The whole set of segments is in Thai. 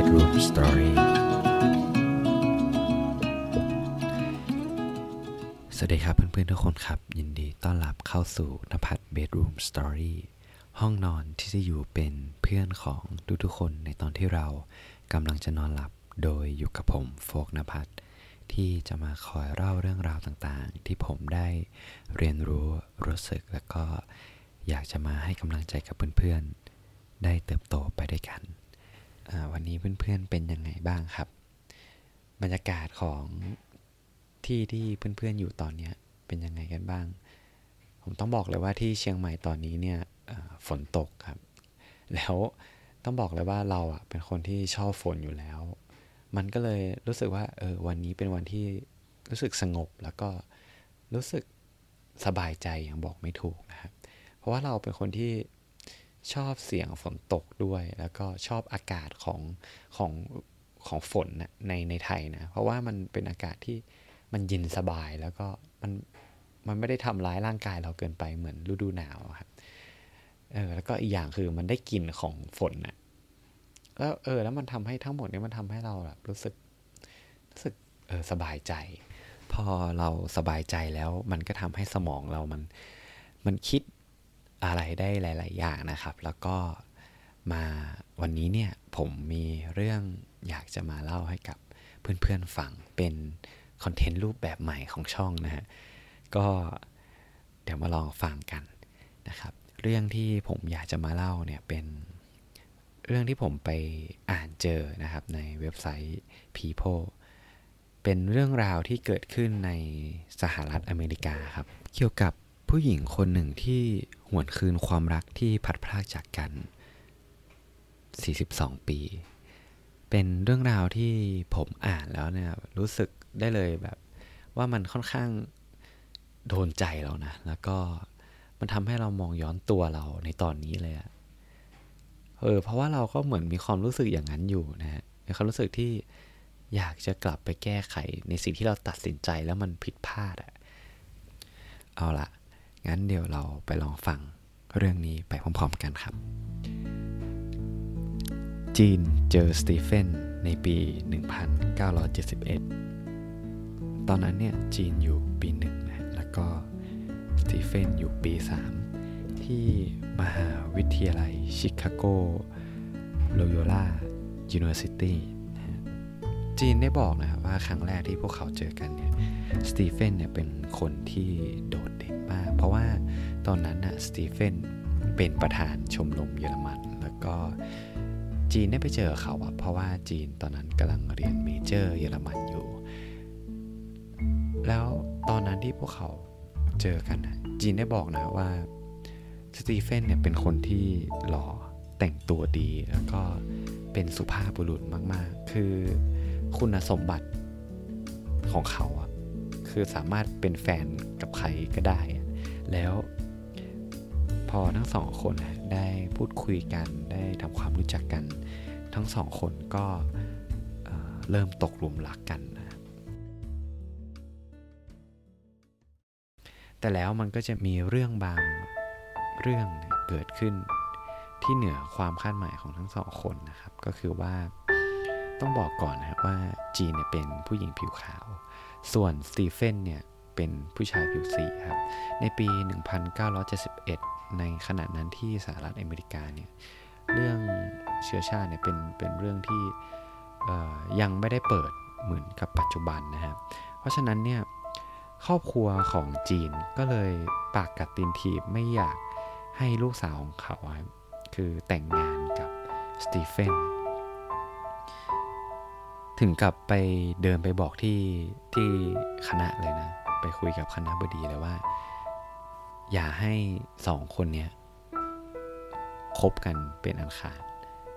Bedroom Story สวัสดีครับเพื่อนๆทุกคนครับยินดีต้อนรับเข้าสู่นภัส Bedroom Story ห้องนอนที่จะอยู่เป็นเพื่อนของทุกๆคนในตอนที่เรากำลังจะนอนหลับโดยอยู่กับผมโฟกนภัสที่จะมาคอยเล่าเรื่องราวต่างๆที่ผมได้เรียนรู้สึกแล้วก็อยากจะมาให้กำลังใจกับเพื่อนๆได้เติบโตไปด้วยกันวันนี้เพื่อนๆเป็นยังไงบ้างครับบรรยากาศของที่เพื่อนๆอยู่ตอนนี้เป็นยังไงกันบ้างผมต้องบอกเลยว่าที่เชียงใหม่ตอนนี้เนี่ยฝนตกครับแล้วต้องบอกเลยว่าเราเป็นคนที่ชอบฝนอยู่แล้วมันก็เลยรู้สึกว่าวันนี้เป็นวันที่รู้สึกสงบแล้วก็รู้สึกสบายใจอย่างบอกไม่ถูกนะครับเพราะว่าเราเป็นคนที่ชอบเสียงฝนตกด้วยแล้วก็ชอบอากาศของฝนนะในไทยนะเพราะว่ามันเป็นอากาศที่มันเย็นสบายแล้วก็มันไม่ได้ทำร้ายร่างกายเราเกินไปเหมือนฤดูหนาวครับแล้วก็อีกอย่างคือมันได้กลิ่นของฝนนะแล้วมันทำให้ทั้งหมดนี้มันทำให้เราแบบรู้สึกสบายใจพอเราสบายใจแล้วมันก็ทำให้สมองเรามันคิดอะไรได้หลายๆอย่างนะครับแล้วก็มาวันนี้เนี่ยผมมีเรื่องอยากจะมาเล่าให้กับเพื่อนๆฟังเป็นคอนเทนต์รูปแบบใหม่ของช่องนะฮะก็เดี๋ยวมาลองฟังกันนะครับเรื่องที่ผมอยากจะมาเล่าเนี่ยเป็นเรื่องที่ผมไปอ่านเจอนะครับในเว็บไซต์ People เป็นเรื่องราวที่เกิดขึ้นในสหรัฐอเมริกาครับเกี่ยวกับผู้หญิงคนหนึ่งที่หวนคืนความรักที่พัดพรากจากกัน42 ปีเป็นเรื่องราวที่ผมอ่านแล้วเนี่ยรู้สึกได้เลยแบบว่ามันค่อนข้างโดนใจเรานะแล้วก็มันทำให้เรามองย้อนตัวเราในตอนนี้เลยเพราะว่าเราก็เหมือนมีความรู้สึกอย่างนั้นอยู่นะฮะมีความรู้สึกที่อยากจะกลับไปแก้ไขในสิ่งที่เราตัดสินใจแล้วมันผิดพลาดเอาล่ะงั้นเดี๋ยวเราไปลองฟังเรื่องนี้ไปพร้อมๆกันครับจีนเจอสตีเฟนในปี 1971 ตอนนั้นเนี่ยจีนอยู่ปี1นะแล้วก็สตีเฟนอยู่ปี3ที่มหาวิทยาลัยชิคาโกโลโยลายูนิเวอร์ซิตี้จีนได้บอกนะครับว่าครั้งแรกที่พวกเขาเจอกันเนี่ยสตีเฟนเนี่ยเป็นคนที่โดดเด่นมากเพราะว่าตอนนั้นน่ะสตีเฟนเป็นประธานชมรมเยอรมันแล้วก็จีนได้ไปเจอเขาเพราะว่าจีนตอนนั้นกำลังเรียนเมเจอร์เยอรมันอยู่แล้วตอนนั้นที่พวกเขาเจอกันจีนได้บอกนะว่าสตีเฟนเนี่ยเป็นคนที่หล่อแต่งตัวดีแล้วก็เป็นสุภาพบุรุษมากๆคือคุณสมบัติของเขาคือสามารถเป็นแฟนกับใครก็ได้แล้วพอทั้งสองคนได้พูดคุยกันได้ทำความรู้จักกันทั้งสองคนก็เริ่มตกหลุมรักกันนะแต่แล้วมันก็จะมีเรื่องบางเรื่องเกิดขึ้นที่เหนือความคาดหมายของทั้งสองคนนะครับก็คือว่าต้องบอกก่อนนะครับว่าจีนเนี่ยเป็นผู้หญิงผิวขาวส่วนสตีเฟนเนี่ยเป็นผู้ชายผิวสีครับในปี 1971 ในขณะนั้นที่สหรัฐอเมริกาเนี่ยเรื่องเชื้อชาติเนี่ยเป็นเรื่องที่ยังไม่ได้เปิดเหมือนกับปัจจุบันนะครับเพราะฉะนั้นเนี่ยครอบครัวของจีนก็เลยปากกัดตีนถีบไม่อยากให้ลูกสาวของเขาคือแต่งงานกับสตีเฟนถึงกับไปเดินไปบอกที่คณะเลยนะไปคุยกับคณะบดีเลยว่าอย่าให้สองคนเนี้ยคบกันเป็นอันขาด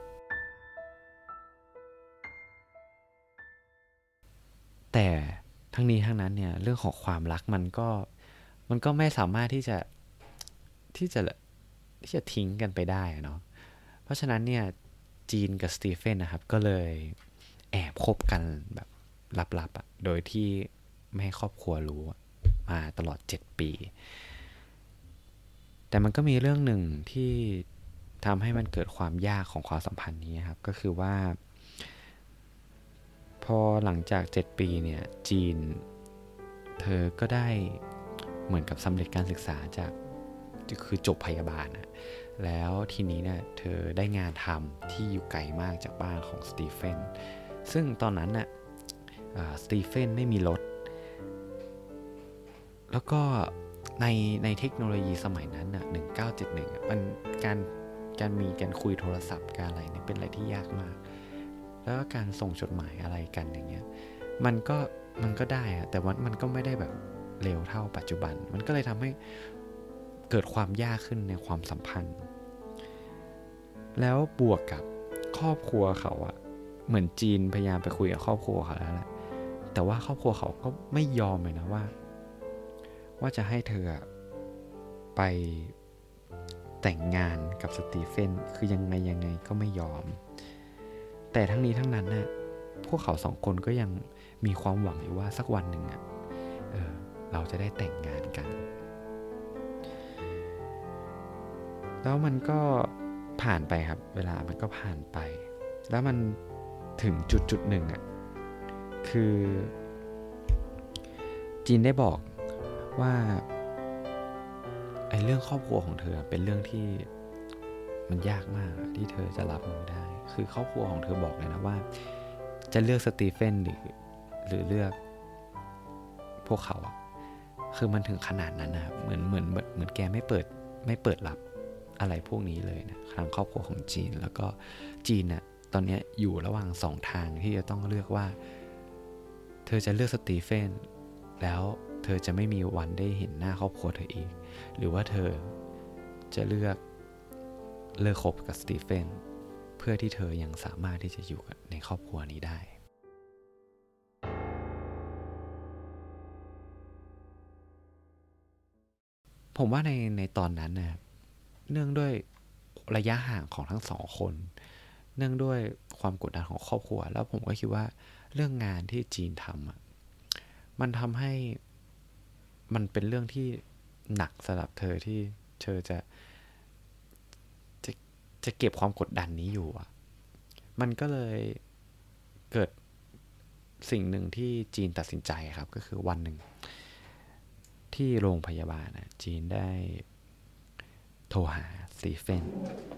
แต่ทั้งนี้ทั้งนั้นเนี่ยเรื่องของความรักมันก็ไม่สามารถที่จะทิ้งกันไปได้เนาะเพราะฉะนั้นเนี่ยจีนกับสตีเฟนนะครับก็เลยแอบคบกันแบบลับๆโดยที่ไม่ให้ครอบครัวรู้มาตลอด7 ปีแต่มันก็มีเรื่องหนึ่งที่ทำให้มันเกิดความยากของความสัมพันธ์นี้ครับก็คือว่าพอหลังจาก7ปีเนี่ยจีนเธอก็ได้เหมือนกับสำเร็จการศึกษาจากคือจบพยาบาลนะแล้วทีนี้เนี่ยเธอได้งานทำที่อยู่ไกลมากจากบ้านของสตีเฟนซึ่งตอนนั้นน่ะสตีเฟนไม่มีรถแล้วก็ในเทคโนโลยีสมัยนั้นน่ะ1971มันการมีการคุยโทรศัพท์การอะไรเนี่ยเป็นอะไรที่ยากมากแล้วก็การส่งจดหมายอะไรกันอย่างเงี้ยมันก็ได้อะแต่ว่ามันก็ไม่ได้แบบเร็วเท่าปัจจุบันมันก็เลยทำให้เกิดความยากขึ้นในความสัมพันธ์แล้วบวกกับครอบครัวเขาอะเหมือนจีนพยายามไปคุยกับครอบครัวเขาแล้วแหละแต่ว่าครอบครัวเขาก็ไม่ยอมเลยนะว่าจะให้เธอไปแต่งงานกับสตีเฟนคือยังไงก็ไม่ยอมแต่ทั้งนี้ทั้งนั้นน่ะพวกเขาสองคนก็ยังมีความหวังอยู่ว่าสักวันหนึ่งเราจะได้แต่งงานกันแล้วมันก็ผ่านไปครับเวลามันก็ผ่านไปแล้วมันถึงจุดหนึ่งคือจีนได้บอกว่าเรื่องครอบครัวของเธอเป็นเรื่องที่มันยากมากที่เธอจะรับมือได้คือครอบครัวของเธอบอกเลยนะว่าจะเลือกสตีเฟนหรือเลือกพวกเขาคือมันถึงขนาดนั้นนะครับเหมือนแกไม่เปิดรับอะไรพวกนี้เลยนะทางครอบครัวของจีนแล้วก็จีนตอนนี้อยู่ระหว่าง2ทางที่จะต้องเลือกว่าเธอจะเลือกสตีเฟนแล้วเธอจะไม่มีวันได้เห็นหน้าครอบครัวเธออีกหรือว่าเธอจะเลิกคบกับสตีเฟนเพื่อที่เธอยังสามารถที่จะอยู่ในครอบครัวนี้ได้ผมว่าในตอนนั้นนะเนื่องด้วยระยะห่างของทั้งสองคนเนื่องด้วยความกดดันของครอบครัวแล้วผมก็คิดว่าเรื่องงานที่จีนทำมันทำให้มันเป็นเรื่องที่หนักสำหรับเธอที่เธอจะเก็บความกดดันนี้อยู่มันก็เลยเกิดสิ่งหนึ่งที่จีนตัดสินใจครับก็คือวันหนึ่งที่โรงพยาบาลจีนได้โทรหาสตีเฟน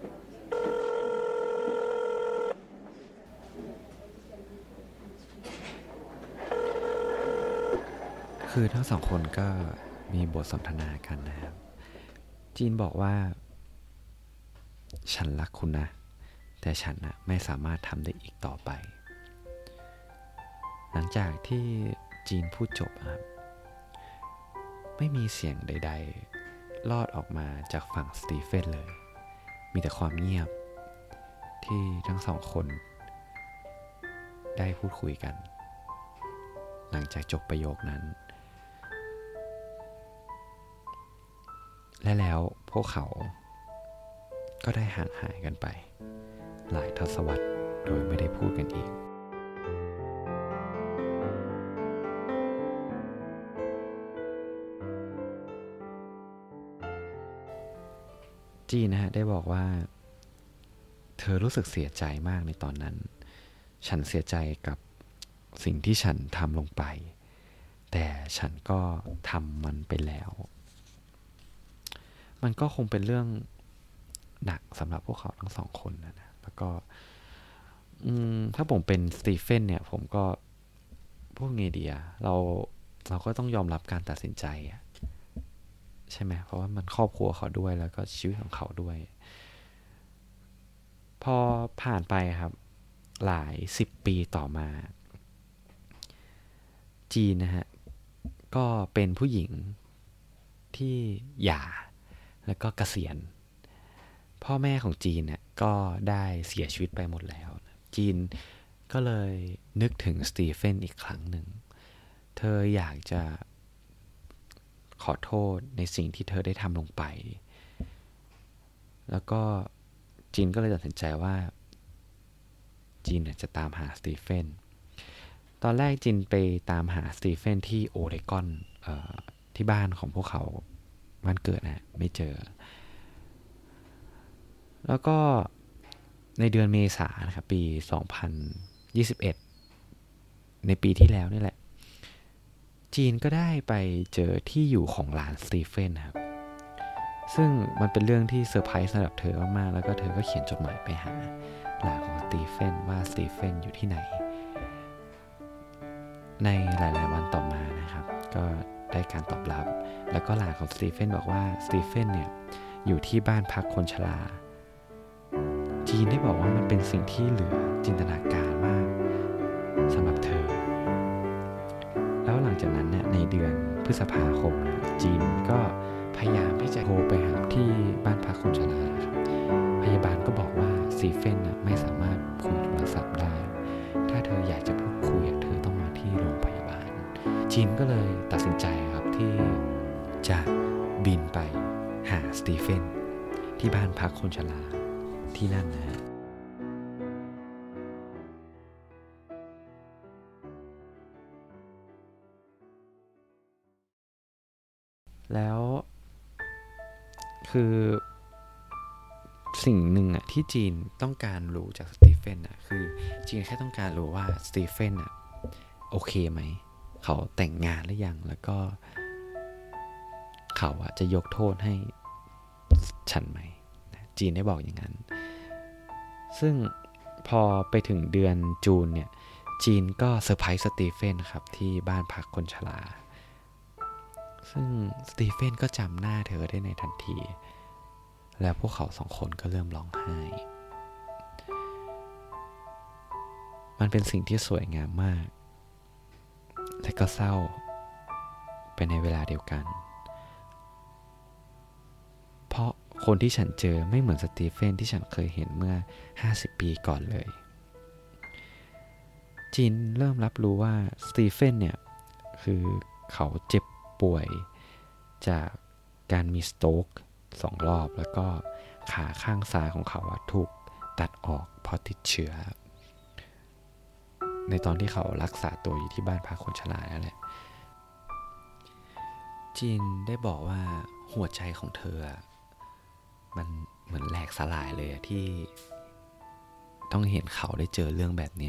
คือทั้งสองคนก็มีบทสนทนากันนะครับจีนบอกว่าฉันรักคุณนะแต่ฉันไม่สามารถทำได้อีกต่อไปหลังจากที่จีนพูดจบครับไม่มีเสียงใดๆลอดออกมาจากฝั่งสตีเฟนเลยมีแต่ความเงียบที่ทั้งสองคนได้พูดคุยกันหลังจากจบประโยคนั้นและแล้วพวกเขาก็ได้ห่างหายกันไปหลายทศวรรษโดยไม่ได้พูดกันอีกจีนได้บอกว่าเธอรู้สึกเสียใจมากในตอนนั้นฉันเสียใจกับสิ่งที่ฉันทำลงไปแต่ฉันก็ทำมันไปแล้วมันก็คงเป็นเรื่องหนักสำหรับพวกเขาทั้งสองคนนะแล้วก็ถ้าผมเป็นสตีเฟนเนี่ยผมก็พวกไงดีเราก็ต้องยอมรับการตัดสินใจใช่ไหมเพราะว่ามันครอบครัวเขาด้วยแล้วก็ชีวิตของเขาด้วยพอผ่านไปครับหลาย10 ปีต่อมาจีนนะฮะก็เป็นผู้หญิงที่หย่าแล้วก็เกษียณพ่อแม่ของจีนเนี่ยก็ได้เสียชีวิตไปหมดแล้วจีนก็เลยนึกถึงสตีเฟนอีกครั้งหนึ่งเธออยากจะขอโทษในสิ่งที่เธอได้ทำลงไปแล้วก็จีนก็เลยตัดสินใจว่าจีนจะตามหาสตีเฟนตอนแรกจีนไปตามหาสตีเฟนที่โอเรกอนที่บ้านของพวกเขาบ้านเกิดไม่เจอแล้วก็ในเดือนเมษายนนะครับปี2021 ในปีที่แล้วนี่แหละจีนก็ได้ไปเจอที่อยู่ของหลานสตีเฟนครับซึ่งมันเป็นเรื่องที่เซอร์ไพรส์สำหรับเธอมากๆแล้วก็เธอก็เขียนจดหมายไปหาหลานของสตีเฟนว่าสตีเฟนอยู่ที่ไหนในหลายๆวันต่อมานะครับก็ได้การตอบรับแล้วก็หลานของสตีเฟนบอกว่าสตีเฟนเนี่ยอยู่ที่บ้านพักคนชราจีนได้บอกว่ามันเป็นสิ่งที่เหลือจินตนาการมากสำหรับเธอแล้วหลังจากนั้นเนี่ยในเดือนพฤษภาคมจีนก็พยายามที่จะโทรไปหาที่บ้านพักคนชราครับพยาบาลก็บอกว่าสตีเฟนไม่สามารถคุยโทรศัพท์ได้ถ้าเธออยากจะพูดคุยเธอต้องมาที่โรงพยาบาลจีนก็เลยตัดสินใจครับที่จะบินไปหาสตีเฟนที่บ้านพักคนชราที่นั่นนะฮะแล้วคือสิ่งหนึ่งที่จีนต้องการรู้จากสตีเฟนคือจีนแค่ต้องการรู้ว่าสตีเฟนโอเคไหมเขาแต่งงานหรือยังแล้วก็เขาจะยกโทษให้ฉันไหมจีนได้บอกอย่างนั้นซึ่งพอไปถึงเดือนจูนเนี่ยจีนก็เซอร์ไพรส์สตีเฟนครับที่บ้านพักคนชราซึ่งสตีเฟนก็จำหน้าเธอได้ในทันทีแล้วพวกเขาสองคนก็เริ่มร้องไห้มันเป็นสิ่งที่สวยงามมากและก็เศร้าไปในเวลาเดียวกันเพราะคนที่ฉันเจอไม่เหมือนสตีเฟนที่ฉันเคยเห็นเมื่อ50 ปีก่อนเลยจีนเริ่มรับรู้ว่าสตีเฟนเนี่ยคือเขาเจ็บป่วยจากการมีสโตรก2 รอบแล้วก็ขาข้างซ้ายของเขาถูกตัดออกเพราะติดเชื้อในตอนที่เขารักษาตัวอยู่ที่บ้านพักคนชรานั่นแหละจีนได้บอกว่าหัวใจของเธอมันเหมือนแหลกสลายเลยที่ต้องเห็นเขาได้เจอเรื่องแบบนี้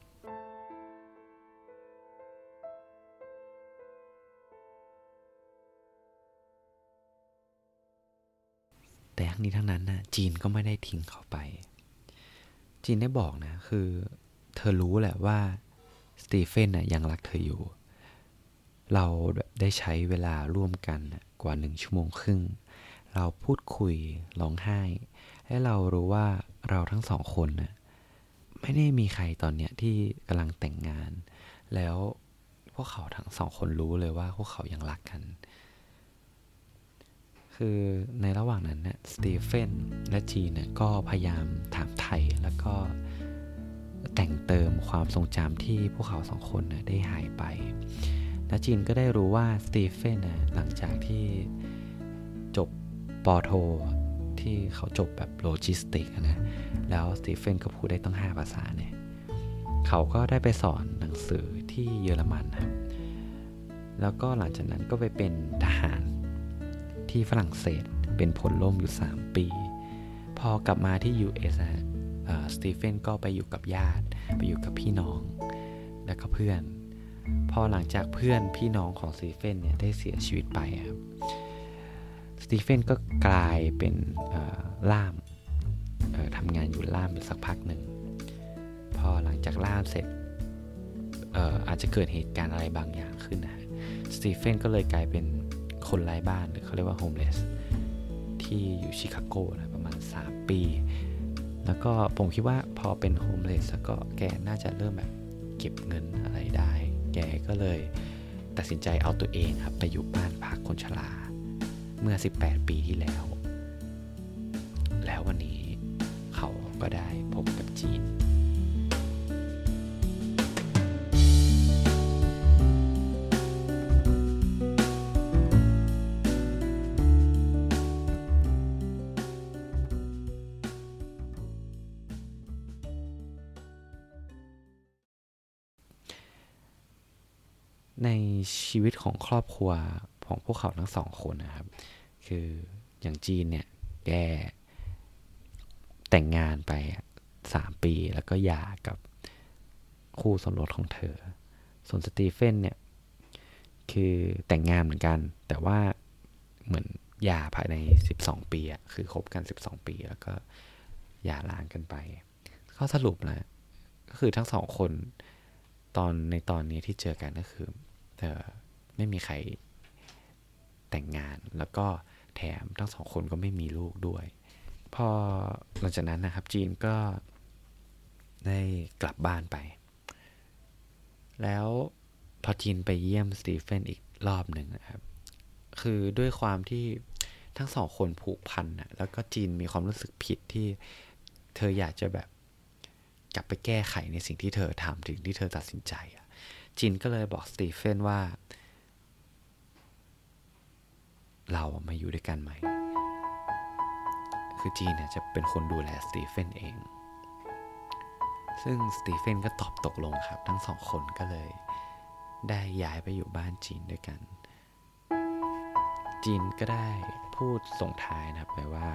แต่ทั้งนี้ทั้งนั้นจีนก็ไม่ได้ทิ้งเขาไปจีนได้บอกนะคือเธอรู้แหละว่าสตีเฟนยังรักเธออยู่เราได้ใช้เวลาร่วมกันกว่า1 ชั่วโมงครึ่งเราพูดคุยร้องไห้และเรารู้ว่าเราทั้งสองคนไม่ได้มีใครตอนเนี้ยที่กำลังแต่งงานแล้วพวกเขาทั้งสองคนรู้เลยว่าพวกเขายังรักกันคือในระหว่างนั้นสตีเฟนและจีนก็พยายามถามไถ่แล้วก็แต่งเติมความทรงจำที่พวกเขาสองคนได้หายไปและจีนก็ได้รู้ว่าสตีเฟนหลังจากที่จบป.โทที่เขาจบแบบโลจิสติกแล้วสตีเฟนก็พูดได้ตั้ง5 ภาษาเนี่ยเขาก็ได้ไปสอนหนังสือที่เยอรมันครับแล้วก็หลังจากนั้นก็ไปเป็นทหารที่ฝรั่งเศสเป็นพลร่มอยู่3 ปีพอกลับมาที่ US สตีเฟนก็ไปอยู่กับญาติไปอยู่กับพี่น้องและก็เพื่อนพอหลังจากเพื่อนพี่น้องของสตีเฟนเนี่ยได้เสียชีวิตไปครับสตีเฟนก็กลายเป็นล่ามทำงานอยู่ล่ามอยู่สักพักหนึ่งพอหลังจากล่ามเสร็จอาจจะเกิดเหตุการณ์อะไรบางอย่างขึ้นสตีเฟนก็เลยกลายเป็นคนไร้บ้านหรือเขาเรียกว่าโฮมเลสที่อยู่ชิคาโกประมาณ3 ปีแล้วก็ผมคิดว่าพอเป็นโฮมเลสแล้วก็แกน่าจะเริ่มแบบเก็บเงินอะไรได้แกก็เลยตัดสินใจเอาตัวเองครับไปอยู่บ้านพักคนชราเมื่อ18 ปีที่แล้ววันนี้เขาก็ได้พบกับจีนในชีวิตของครอบครัวของพวกเขาทั้ง2 คนนะครับคืออย่างจีนเนี่ยแกแต่งงานไป3 ปีแล้วก็หย่ากับคู่สมรสของเธอส่วนสตีเฟนเนี่ยคือแต่งงานเหมือนกันแต่ว่าเหมือนหย่าภายใน12ปีอ่ะคือคบกัน12ปีแล้วก็หย่าร้างกันไปก็สรุปนะก็คือทั้งสองคนในตอนนี้ที่เจอกันก็คือไม่มีใครแต่งงานแล้วก็แถมทั้งสองคนก็ไม่มีลูกด้วยพอหลังจากนั้นนะครับจีนก็ได้กลับบ้านไปแล้วพอจีนไปเยี่ยมสตีเฟนอีกรอบหนึ่งนะครับคือด้วยความที่ทั้งสองคนผูกพันนะแล้วก็จีนมีความรู้สึกผิดที่เธออยากจะแบบกลับไปแก้ไขในสิ่งที่เธอทำถึงที่เธอตัดสินใจจีนก็เลยบอกสตีเฟนว่าเรามาอยู่ด้วยกันไหมคือจีนเนี่ยจะเป็นคนดูแลสตีเฟนเองซึ่งสตีเฟนก็ตอบตกลงครับทั้งสองคนก็เลยได้ย้ายไปอยู่บ้านจีนด้วยกันจีนก็ได้พูดส่งท้ายนะครับไปว่า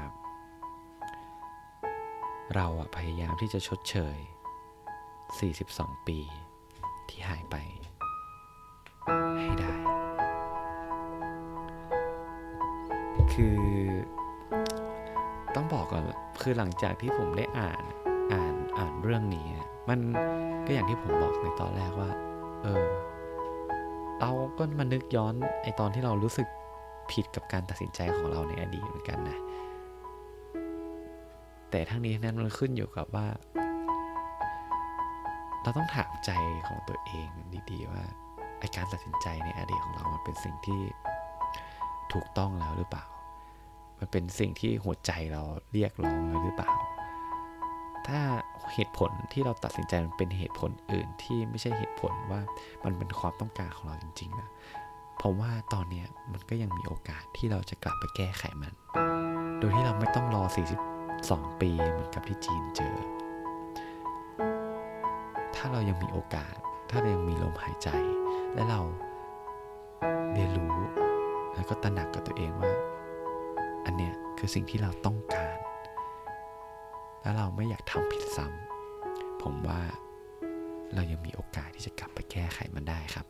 เราพยายามที่จะชดเชย42ปีที่หายไปให้ได้คือต้องบอกก่อนคือหลังจากที่ผมได้อ่านเรื่องนี้มันก็อย่างที่ผมบอกในตอนแรกว่าเราก็มานึกย้อนตอนที่เรารู้สึกผิดกับการตัดสินใจของเราในอดีตเหมือนกันนะแต่ทั้งนี้นั้นมันขึ้นอยู่กับว่าเราต้องถามใจของตัวเองดีๆว่าการตัดสินใจในอดีตของเรามันเป็นสิ่งที่ถูกต้องแล้วหรือเปล่ามันเป็นสิ่งที่หัวใจเราเรียกร้องหรือเปล่าถ้าเหตุผลที่เราตัดสินใจมันเป็นเหตุผลอื่นที่ไม่ใช่เหตุผลว่ามันเป็นความต้องการของเราจริงๆนะผมว่าตอนนี้มันก็ยังมีโอกาสที่เราจะกลับไปแก้ไขมันโดยที่เราไม่ต้องรอ42ปีเหมือนกับที่จีนเจอถ้าเรายังมีโอกาสถ้าเรายังมีลมหายใจและเราเรียนรู้แล้วก็ตระหนักกับตัวเองว่าอันเนี้ยคือสิ่งที่เราต้องการและเราไม่อยากทำผิดซ้ำผมว่าเรายังมีโอกาสที่จะกลับไปแก้ไขมันได้ครับ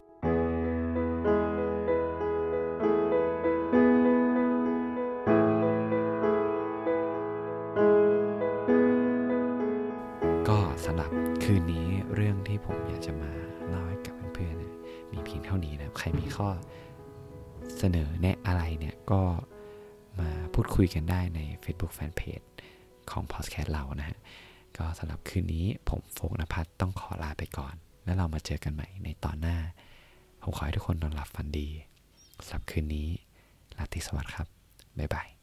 ก็สำหรับคืนนี้เรื่องที่ผมอยากจะมาเล่าให้กับเพื่อนๆมีเพียงเท่านี้นะใครมีข้อเสนอแนะอะไรเนี่ยก็มาพูดคุยกันได้ใน Facebook Fanpage ของ Podcast เรานะฮะก็สำหรับคืนนี้ผมโฟกนภัทรต้องขอลาไปก่อนแล้วเรามาเจอกันใหม่ในตอนหน้าผมขอให้ทุกคนนอนหลับฝันดีสำหรับคืนนี้ราตรีสวัสดิ์ครับบ๊ายบาย